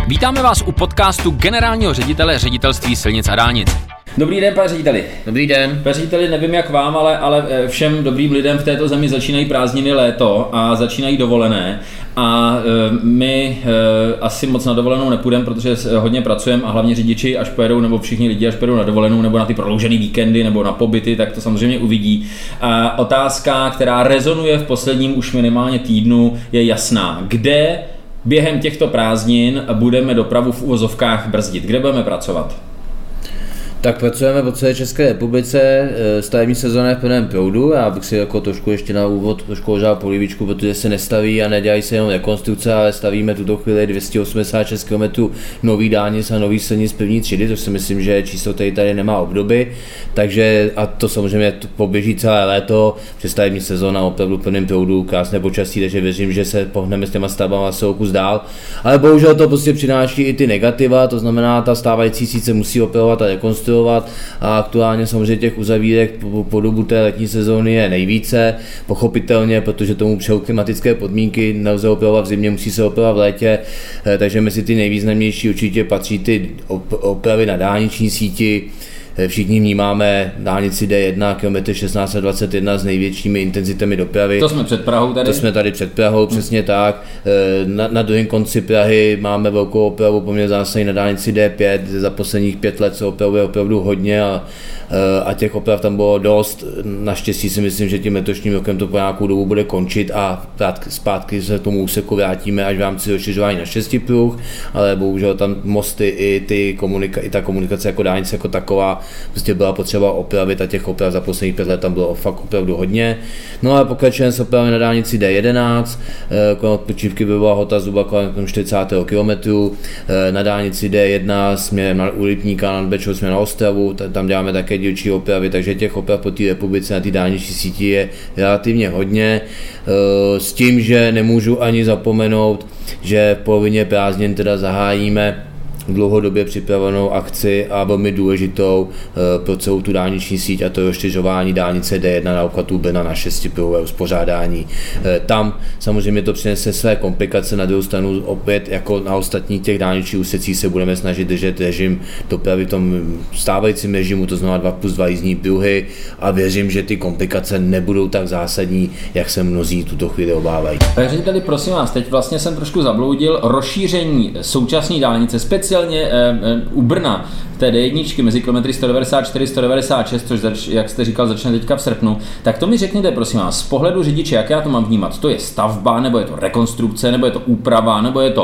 Vítáme vás u podcastu generálního ředitele Ředitelství silnic a dálnic. Dobrý den, pane řediteli. Dobrý den. Pane řediteli, nevím jak vám, ale všem dobrým lidem v této zemi začínají prázdniny, léto a začínají dovolené. A my asi moc na dovolenou nepůjdeme, protože hodně pracujeme a hlavně řidiči, až pojedou, nebo všichni lidi, až pojedou na dovolenou nebo na ty prodloužené víkendy nebo na pobyty, tak to samozřejmě uvidí. A otázka, která rezonuje v posledním už minimálně týdnu, je jasná. Kde během těchto prázdnin budeme dopravu v uvozovkách brzdit? Kde budeme pracovat? Tak pracujeme po celé České republice, stavební sezóna je v plném proudu. Já bych si jako trošku ještě na úvod trošku ožal polívičku, protože se nestaví a nedělají se jenom rekonstrukce, ale stavíme tuto chvíli 286 km nový dálnic a nový silnic první třídy, což si myslím, že číslo tady nemá obdoby. Takže a to samozřejmě poběží celé léto, že stavební sezóna opravdu v plném proudu, krásné počasí, takže věřím, že se pohneme s těma stavbama se kus dál. Ale bohužel to prostě přináší i ty negativa, to znamená, ta stávající síť musí opravovat a rekonstruovat. A aktuálně samozřejmě těch uzavírek po dobu té letní sezóny je nejvíce, pochopitelně, protože tomu přijou klimatické podmínky, nelze opravovat v zimě, musí se opravovat v létě, takže mezi ty nejvýznamnější určitě patří ty opravy na dálniční síti. Všichni vnímáá dálnici D1, km 1621 s největšími intenzitami dopravy. To jsme před Prahou tady? To jsme tady před Prahou, přesně tak. Na druhém konci Prahy máme velkou opravu poměrně zásadní na dálnici D5, za posledních 5 let se opravuje opravdu hodně a těch oprav tam bylo dost. Naštěstí si myslím, že tím letošním rokem to po nějakou dobu bude končit a zpátky se k tomu úseku vrátíme až v rámci rozšiřování na 6 pruh, ale bohužel tam mosty i ta komunikace jako dálnice jako taková prostě byla potřeba opravit a těch oprav za posledních 5 let tam bylo fakt opravdu hodně. No a pokračujeme s opravy na dálnici D11, kolem odpočívky by byla hota zhruba kolem 40 km, na dálnici D1 směrem u Lipníka nad Bečou směrem na Ostravu, tam děláme také dílčí opravy, takže těch oprav po té republice na té dálniční síti je relativně hodně, s tím, že nemůžu ani zapomenout, že v polovině prázdnin teda zahájíme dlouhodobě připravenou akci a velmi důležitou pro celou tu dálniční síť, a to je rozšiřování dálnice D1 na obchvatu Brna na 6 pruhové uspořádání. Tam samozřejmě to přinese své komplikace, na druhou stranu opět jako na ostatních těch dálničních úsecích se budeme snažit držet režim dopravy v tom stávajícím režimu, to znamená 2+2 jízdní pruhy, a věřím, že ty komplikace nebudou tak zásadní, jak se mnozí tuto chvíli obávají. Takže tady prosím vás, teď vlastně jsem trošku zabloudil, rozšíření současné dálnice, speciálně u Brna, té D1 mezi kilometry 194-196, což, jak jste říkal, začne teďka v srpnu, tak to mi řekněte, prosím vás, z pohledu řidiče, jak já to mám vnímat? To je stavba, nebo je to rekonstrukce, nebo je to úprava,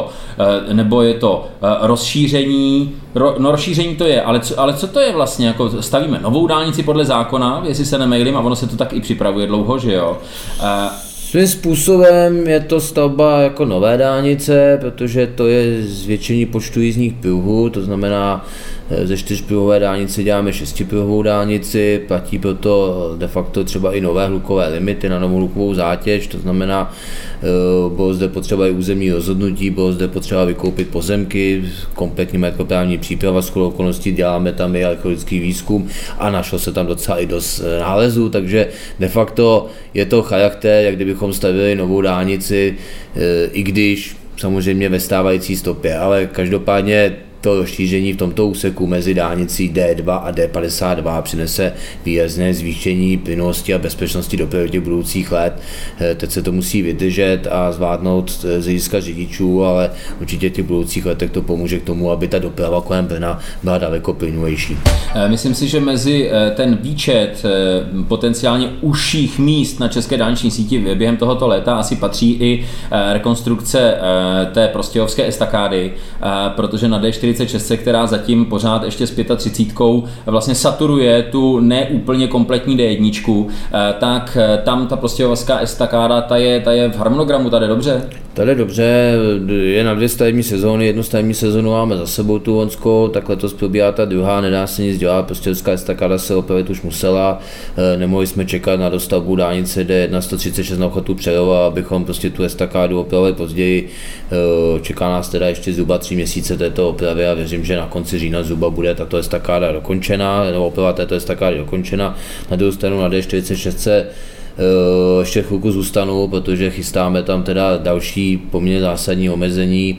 nebo je to rozšíření? Rozšíření to je, ale co to je vlastně? Jako stavíme novou dálnici podle zákona, jestli se nemýlím, a ono se to tak i připravuje dlouho, že jo? Svým způsobem je to stavba jako nové dálnice, protože to je zvětšení počtu jízdních pruhů, to znamená, ze 4pruhové dálnice děláme 6pruhovou dálnici, platí proto de facto třeba i nové hlukové limity na novou hlukovou zátěž, to znamená, bylo zde potřeba i územní rozhodnutí, bylo zde potřeba vykoupit pozemky, kompletní majetkoprávní příprava, shodou okolností děláme tam i archeologický výzkum a našlo se tam docela i dost nálezů, takže de facto je to charakter, jak kdybychom stavili novou dálnici, i když samozřejmě ve stávající stopě, ale každopádně to rozšíření v tomto úseku mezi dálnicí D2 a D52 přinese výrazné zvýšení plynulosti a bezpečnosti dopravy těch budoucích let. Teď se to musí vydržet a zvládnout z hlediska řidičů, ale určitě v těch budoucích letech to pomůže k tomu, aby ta doprava kolem Brna byla daleko plynulejší. Myslím si, že mezi ten výčet potenciálně užších míst na české dálniční síti během tohoto léta asi patří i rekonstrukce té prostějovské estakády, protože na D46, která zatím pořád ještě s 35 vlastně saturuje tu neúplně kompletní D1, tak tam ta prostějovská estakáda, ta je v harmonogramu, tady dobře? Tady dobře, je na 2 stavební sezóny, 1 stavební sezónu máme za sebou tu Honskou, tak letos probíhá ta druhá, nedá se nic dělat, prostějovská estakáda se opravit už musela, nemohli jsme čekat na dostavbu dálnice D1 136 na obchvatu Přerova, abychom prostě tu estakádu opravili později, čeká nás teda ještě zhruba 3 měsíce této opravy a věřím, že na konci října zhruba bude tato estakáda dokončena, nebo oprava této estakády dokončena. Na druhou stranu na D46 ještě chvilku zůstanu, protože chystáme tam teda další poměrně zásadní omezení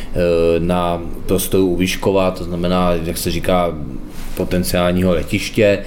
na prostoru u Vyškova, to znamená, jak se říká, potenciálního letiště.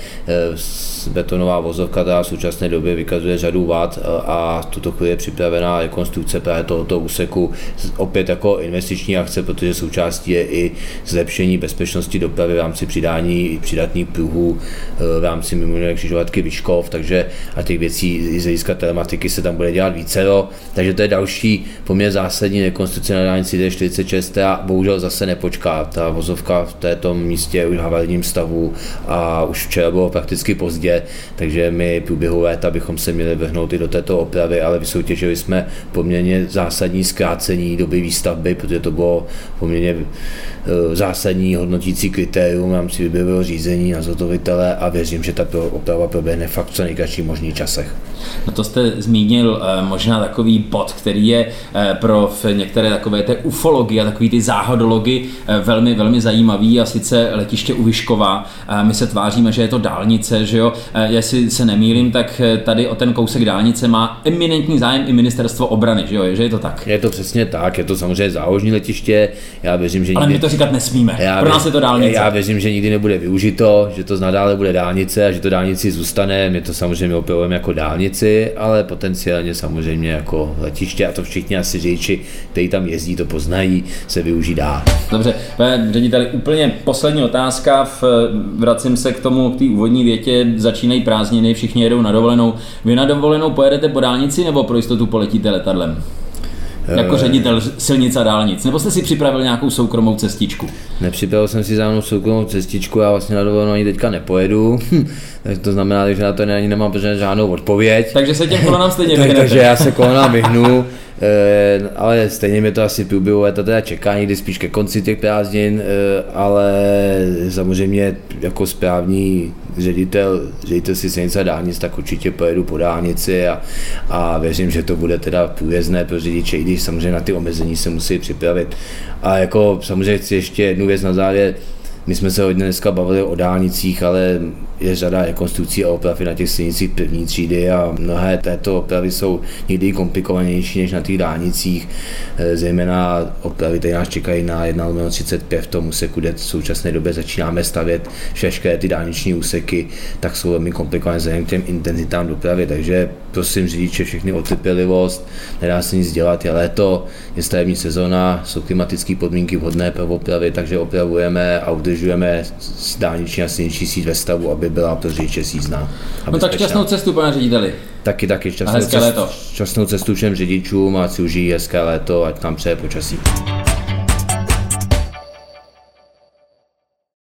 Betonová vozovka která v současné době vykazuje řadu vad a v tuto chvíli je připravená rekonstrukce právě tohoto úseku opět jako investiční akce, protože součástí je i zlepšení bezpečnosti dopravy v rámci přidání přidatných pruhů v rámci mimořádné křižovatky Vyškov, takže a těch věcí z hlediska telematiky se tam bude dělat vícero, takže to je další poměrně zásadní rekonstrukce na dálnici D46, která bohužel zase nepočká. Ta vozovka v této místě je už v havarijním stavu a už včera bylo prakticky pozdě, takže my v průběhu léta bychom se měli vrhnout i do této opravy, ale vysoutěžili jsme poměrně zásadní zkrácení doby výstavby, protože to bylo poměrně zásadní hodnotící kritérium v rámci výběrového řízení na zhotovitele a věřím, že ta oprava proběhne fakt co nejkratších možných časech. No to jste zmínil možná takový bod, který je pro některé takové té ufology a takový ty záhadology velmi, velmi zajímavý, a sice letiště u Vyškova. My se tváříme, že je to dálnice, že jo? Jestli se nemýlím, tak tady o ten kousek dálnice má eminentní zájem i ministerstvo obrany, že jo? Že je to tak? Je to přesně tak, je to samozřejmě záložní letiště. Já věřím, že ale my to říkat nesmíme. Pro nás je to dálnice. Já věřím, že nikdy nebude využito, že to nadále bude dálnice a že to dálnici zůstane. My to samozřejmě opravujeme jako dálnici, ale potenciálně samozřejmě jako letiště, a to všichni asi řidiči, kteří tam jezdí, to poznají, se využít dá. Dobře, pane řediteli, úplně poslední otázka. Vracím se k tomu, k té úvodní větě. Začínají prázdniny, všichni jedou na dovolenou. Vy na dovolenou pojedete po dálnici nebo pro jistotu poletíte letadlem? Jako ředitel silnic a dálnic. Nebo jste si připravil nějakou soukromou cestičku? Nepřipravil jsem si žádnou soukromou cestičku, já vlastně na dovolenou ani teďka nepojedu. To znamená, že na to ani nemám žádnou odpověď. Takže se těm kolonám stejně vyhnete. Takže já se kolonám vyhnu. Ale stejně mi to asi průběhu léta teda čeká, někdy spíš ke konci těch prázdnin, ale samozřejmě jako správný ředitelství silnic a dálnic, tak určitě pojedu po dálnici a věřím, že to bude teda průjezdné pro řidiče, i když samozřejmě na ty omezení se musí připravit. A jako samozřejmě chci ještě jednu věc na závěr. My jsme se hodně dneska bavili o dálnicích, ale je řada rekonstrukcí a opravy na těch silnicích první třídy a mnohé této opravy jsou někdy komplikovanější než na těch dálnicích, zejména opravy, které nás čekají na 1/35 v tom úseku, kde v současné době začínáme stavět všechny ty dálniční úseky, tak jsou velmi komplikované vzhledem k těm intenzitám dopravy, takže prosím řidiče všechny o trpělivost, nedá se nic dělat, je léto, je stavební sezóna, jsou klimatické podmínky vhodné pro opravy, takže opravujeme a udržujeme dálniční a silniční síť ve stavu, aby byla pro řidiče sízná. No tak šťastnou cestu, pane řediteli. Taky šťastnou cestu všem řidičům a si užijí hezké léto, ať tam přeje počasí.